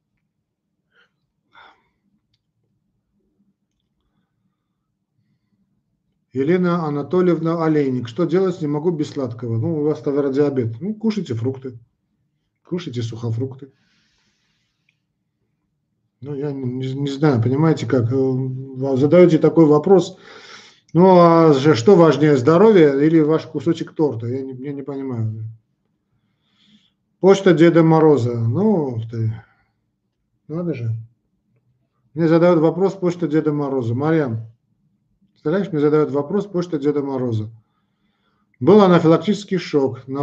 Speaker 1: Елена Анатольевна Олейник. Что делать? Не могу без сладкого. Ну, у вас, наверное, диабет. Ну, кушайте фрукты. Кушайте сухофрукты. Ну, я не знаю, понимаете, как задаете такой вопрос. Ну, а что важнее, здоровье или ваш кусочек торта? Я не понимаю. Почта Деда Мороза. Ну, надо же. Мне задают вопрос почта Деда Мороза. Марьям, представляешь, мне задают вопрос почта Деда Мороза. Был анафилактический шок на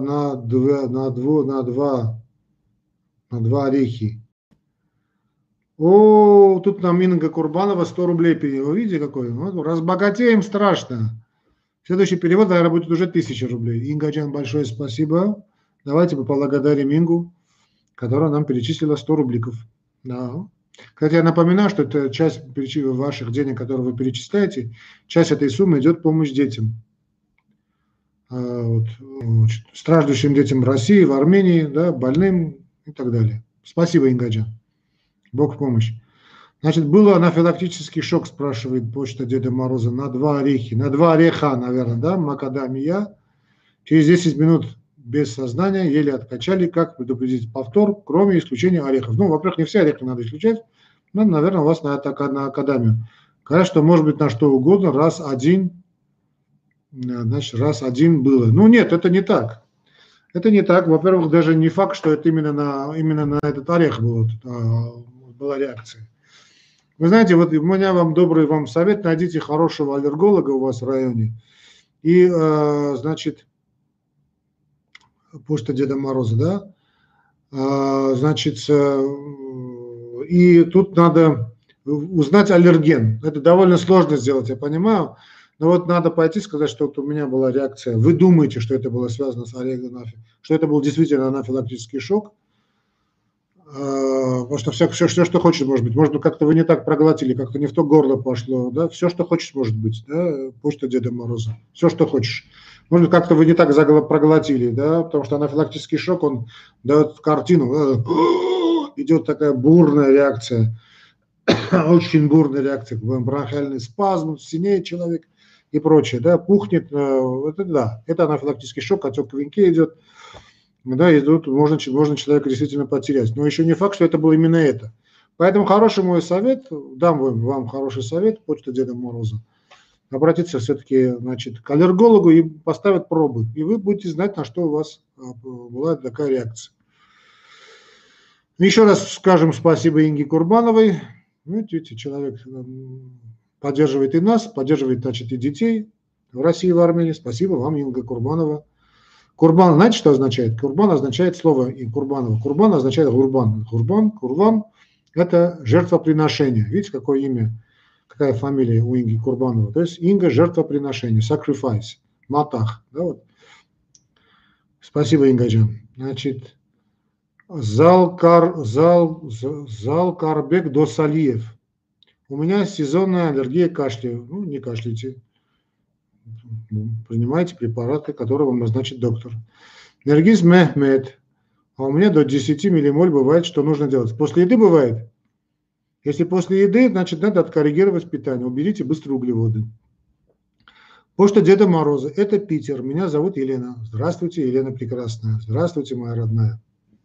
Speaker 1: 2 орехи. О, тут нам Инга Курбанова 100 рублей перевела. Видите, какой? Вот, разбогатеем страшно. Следующий перевод, наверное, будет уже 1000 рублей. Инга Джан, большое спасибо. Давайте поблагодарим Ингу, которая нам перечислила 100 рубликов. Да. Кстати, я напоминаю, что это часть ваших денег, которые вы перечисляете, часть этой суммы идет в помощь детям. Вот, страждущим детям в России, в Армении, да, больным и так далее. Спасибо, Ингаджан. Бог в помощь. Значит, был анафилактический шок, спрашивает почта Деда Мороза, на 2 орехи, на 2 ореха, наверное, да, макадамия. Через 10 минут без сознания, еле откачали, как предупредить повтор, кроме исключения орехов. Ну, во-первых, не все орехи надо исключать, но, наверное, у вас на академию. Говорят, что может быть на что угодно, раз один было. Ну, нет, это не так. Это не так. Во-первых, даже не факт, что это именно на этот орех была реакция. Вы знаете, вот у меня вам добрый вам совет, найдите хорошего аллерголога у вас в районе. И, значит, почта Деда Мороза, да? Значит, и тут надо узнать аллерген. Это довольно сложно сделать, я понимаю. Но вот надо пойти сказать, что вот у меня была реакция. Вы думаете, что это было связано с аллергией, что это был действительно анафилактический шок. Потому что все, что хочет, может быть. Может, как-то вы не так проглотили, как-то не в то горло пошло. Да? Все, что хочешь, может быть. Да? Почта Деда Мороза. Все, что хочешь. Может, как-то вы не так проглотили, да? Потому что анафилактический шок, он дает картину. Идет такая бурная реакция. Очень бурная реакция. Бронхиальный спазм, синеет человек и прочее. Да? Пухнет. Это да. Это анафилактический шок, отек в венке идет. Да, и тут можно человека действительно потерять. Но еще не факт, что это было именно это. Поэтому хороший мой совет, дам вам хороший совет, почта Деда Мороза, обратиться все-таки, значит, к аллергологу и поставят пробы. И вы будете знать, на что у вас была такая реакция. Еще раз скажем спасибо Инге Курбановой. Видите, человек поддерживает и нас, поддерживает, значит, и детей в России, в Армении. Спасибо вам, Инга Курбанова. Курбан, знаете, что означает? Курбан означает слово и Курбанова. Курбан означает гурбан. Курбан – это жертвоприношение. Видите, какое имя, какая фамилия у Инги Курбанова? То есть Инга – жертвоприношение, sacrifice, матах. Да, вот. Спасибо, Ингаджан. Значит, Залкарбек Досалиев. У меня сезонная аллергия кашля. Ну, не кашляйте. Принимайте препараты, которые вам назначит доктор. Нергиз Мехмед. А у меня до 10 миллимоль бывает, что нужно делать. После еды бывает. Если после еды, значит, надо откоррегировать питание. Уберите быстро углеводы. Почта Деда Мороза. Это Питер. Меня зовут Елена. Здравствуйте, Елена прекрасная. Здравствуйте, моя родная.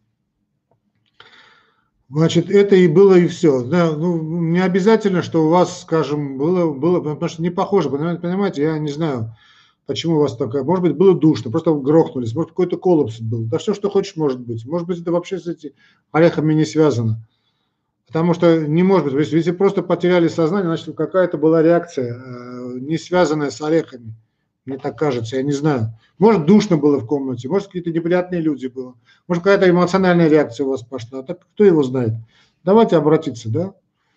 Speaker 1: Значит, это и было, и все. Да, ну, не обязательно, что у вас, скажем, было, потому что не похоже, понимаете, я не знаю, почему у вас такое. Может быть, было душно, просто грохнулись, может, какой-то коллапс был. Да все, что хочешь, может быть. Может быть, это вообще с этими орехами не связано. Потому что не может быть, если просто потеряли сознание, значит, какая-то была реакция, не связанная с орехами. Мне так кажется, я не знаю. Может, душно было в комнате, может, какие-то неприятные люди было. Может, какая-то эмоциональная реакция у вас пошла. Так кто его знает? Давайте обратиться, да?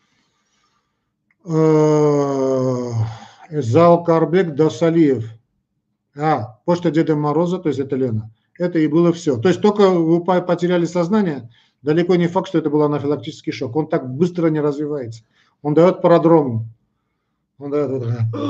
Speaker 1: Залкарбек Досалиев. Почта Деда Мороза, то есть это Лена. Это и было все. То есть только вы потеряли сознание, далеко не факт, что это был анафилактический шок. Он так быстро не развивается. Он дает парадрому. Он дает вот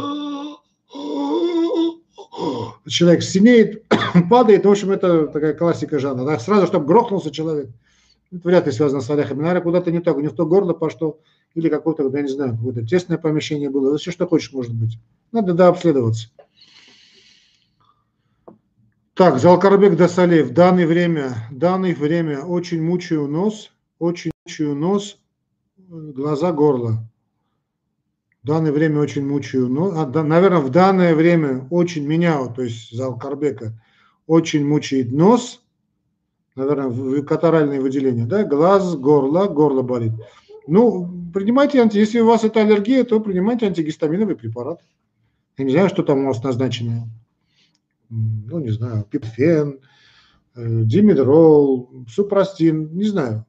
Speaker 1: человек синеет, падает. В общем, это такая классика жанра. Да? Сразу, чтобы грохнулся человек. Это вряд ли связано с орехами. Наверное, куда-то не так, не в то горло пошло. Или какое-то, я не знаю, какое-то тесное помещение было. Все, что хочешь, может быть. Надо дообследоваться. Так, Залкарбек Досалиев. В данное время очень мучаю нос, глаза, горло. В данное время очень мучаю нос. Наверное, в данное время очень меня, то есть Залкарбека, очень мучает нос. Наверное, катаральные выделения, да, глаз, горло болит. Ну, принимайте, если у вас это аллергия, то принимайте антигистаминовый препарат. Я не знаю, что там у вас назначено. Ну, не знаю, пипфен, димедрол, супрастин, не знаю.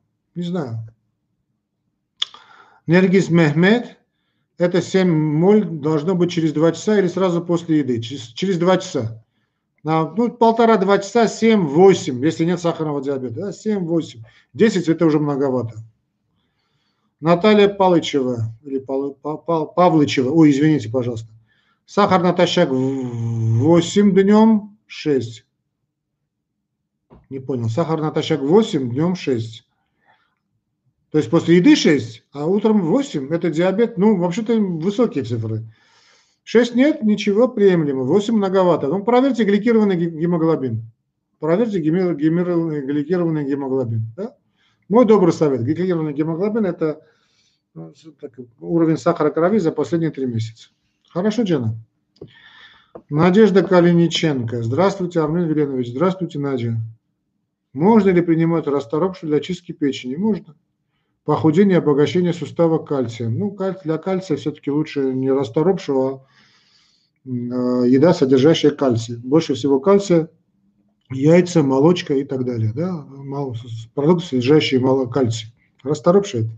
Speaker 1: Нергиз Мехмед, это 7 моль должно быть через 2 часа или сразу после еды, через 2 часа. Ну, 1,5-2 часа, 7-8, если нет сахарного диабета, да, 7-8. 10 это уже многовато. Наталья Палычева, или Павлычева, ой, извините, пожалуйста. Сахар натощак 8 днем 6. Не понял. Сахар натощак 8 днем 6. То есть после еды 6, а утром 8. Это диабет. Ну, вообще-то высокие цифры. 6 нет, ничего, приемлемо. 8 многовато. Ну, проверьте гликированный гемоглобин. Проверьте гликированный гемоглобин. Да? Мой добрый совет. Гликированный гемоглобин – это уровень сахара крови за последние 3 месяца. Хорошо, Джена? Надежда Калиниченко. Здравствуйте, Армен Веленович. Здравствуйте, Надя. Можно ли принимать расторопшу для чистки печени? Можно. Похудение, обогащение сустава кальцием. Ну, для кальция все-таки лучше не расторопшего, еда, содержащая кальций. Больше всего кальция яйца, молочка и так далее. Да? Продукты, содержащие мало кальция. Расторопшие это.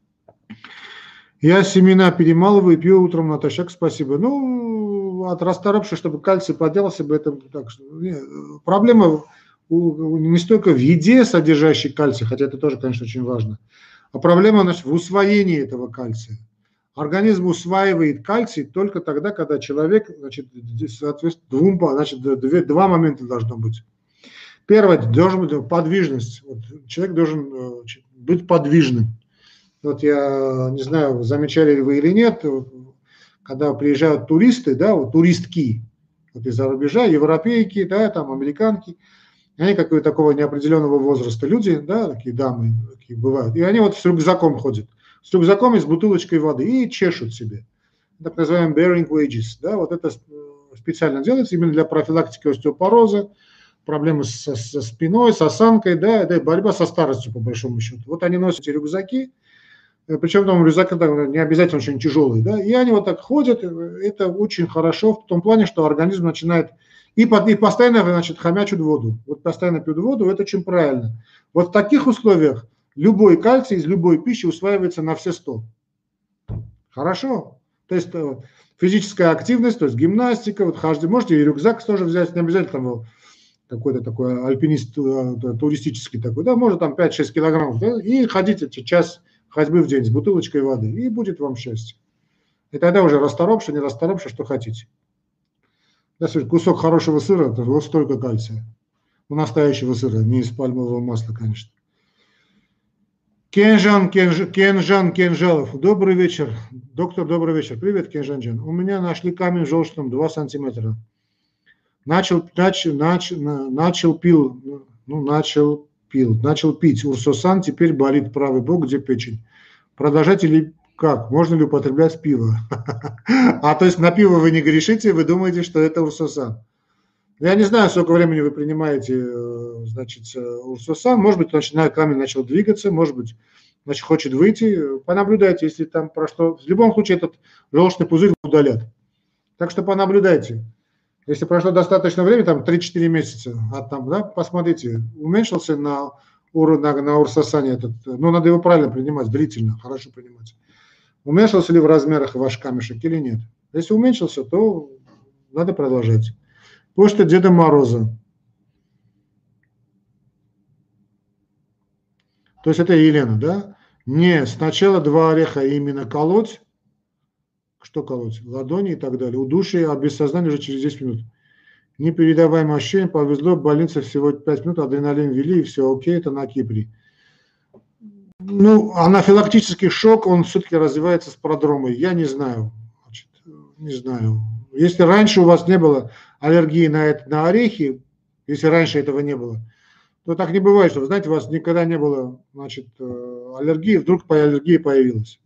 Speaker 1: Я семена перемалываю и пью утром натощак, спасибо. Ну, от расторопшего, чтобы кальций поднялся бы, это так что... Проблема не столько в еде, содержащей кальций, хотя это тоже, конечно, очень важно, а проблема, значит, в усвоении этого кальция. Организм усваивает кальций только тогда, когда человек, значит, соответственно, два момента должно быть. Первое, должен быть подвижность. Вот, человек должен быть подвижным. Вот я не знаю, замечали ли вы или нет, когда приезжают туристы, да, вот туристки вот из-за рубежа, европейки, да, там американки, они какого-то такого неопределенного возраста люди, да, такие дамы такие бывают, и они вот с рюкзаком ходят, с рюкзаком и с бутылочкой воды и чешут себе, так называемый bearing wedges, да, вот это специально делается именно для профилактики остеопороза, проблемы со спиной, с осанкой, да, это борьба со старостью по большому счету. Вот они носят эти рюкзаки, причем там рюкзак не обязательно очень тяжелый, да, и они вот так ходят, это очень хорошо в том плане, что организм начинает и постоянно, значит, хомячут воду, вот постоянно пьют воду, это очень правильно. Вот в таких условиях любой кальций из любой пищи усваивается на все 100. Хорошо? То есть физическая активность, то есть гимнастика, вот можете и рюкзак тоже взять, не обязательно там какой-то такой альпинист туристический такой, да, может там 5-6 килограммов, да, и ходите час ходьбы в день с бутылочкой воды, и будет вам счастье. И тогда уже расторопше, не расторопше, что хотите. Да, кусок хорошего сыра, это вот столько кальция. У настоящего сыра, не из пальмового масла, конечно. Кенжан Кенжалов. Добрый вечер. Доктор, добрый вечер. Привет, Кенжанджан. У меня нашли камень желчным 2 сантиметра. Начал пить урсосан, теперь болит правый бок, где печень. Продолжать или как? Можно ли употреблять пиво? А то есть на пиво вы не грешите, вы думаете, что это урсосан. Я не знаю, сколько времени вы принимаете, значит, урсосан. Может быть, камень начал двигаться, может быть, значит, хочет выйти. Понаблюдайте, если там прошло. В любом случае, этот желчный пузырь удалят. Так что понаблюдайте. Если прошло достаточно времени, там 3-4 месяца, да, посмотрите, уменьшился на урсосане этот, ну, надо его правильно принимать, длительно, хорошо принимать. Уменьшился ли в размерах ваш камешек или нет? Если уменьшился, то надо продолжать. Почта Деда Мороза. То есть это Елена, да? Не, сначала 2 ореха именно колоть. Что колоть? Ладони и так далее. Удушье, а без сознания уже через 10 минут. Непередаваемое ощущение, повезло, в больнице всего 5 минут, адреналин ввели, и все окей, это на Кипре. Ну, анафилактический шок, он все-таки развивается с продромой. Я не знаю. Значит, не знаю. Если раньше у вас не было аллергии на орехи, если раньше этого не было, то так не бывает, что, вы знаете, у вас никогда не было, значит, аллергии, вдруг аллергия появилась.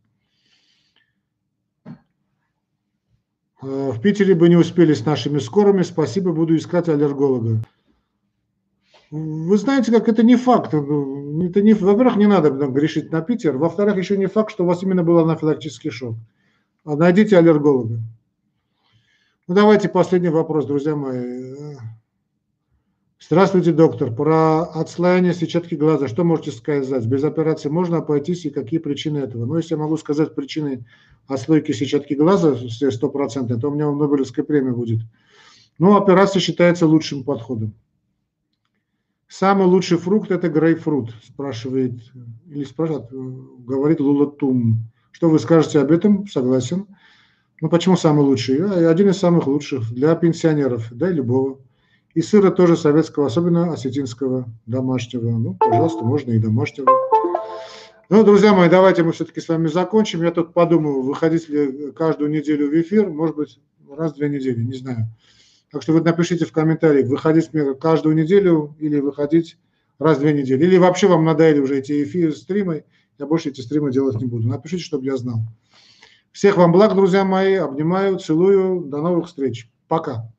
Speaker 1: В Питере бы не успели с нашими скорыми, спасибо, буду искать аллерголога. Вы знаете, как это не факт. Во-первых, не надо грешить на Питер. Во-вторых, еще не факт, что у вас именно был анафилактический шок. Найдите аллерголога. Ну, давайте последний вопрос, друзья мои. Здравствуйте, доктор. Про отслоение сетчатки глаза. Что можете сказать? Без операции можно обойтись и какие причины этого? Ну, если я могу сказать причины отслойки сетчатки глаза 100%, то у меня Нобелевская премия будет. Но операция считается лучшим подходом. Самый лучший фрукт – это грейпфрут, говорит Лулатум. Что вы скажете об этом? Согласен. Ну, почему самый лучший? Один из самых лучших для пенсионеров, да и любого. И сыра тоже советского, особенно осетинского, домашнего. Ну, пожалуйста, можно и домашнего. Ну, друзья мои, давайте мы все-таки с вами закончим. Я тут подумаю, выходить ли каждую неделю в эфир, может быть, раз в 2 недели, не знаю. Так что вы напишите в комментариях, выходить мне каждую неделю или выходить раз в 2 недели. Или вообще вам надоели уже эти эфиры, стримы, я больше эти стримы делать не буду. Напишите, чтобы я знал. Всех вам благ, друзья мои, обнимаю, целую, до новых встреч. Пока.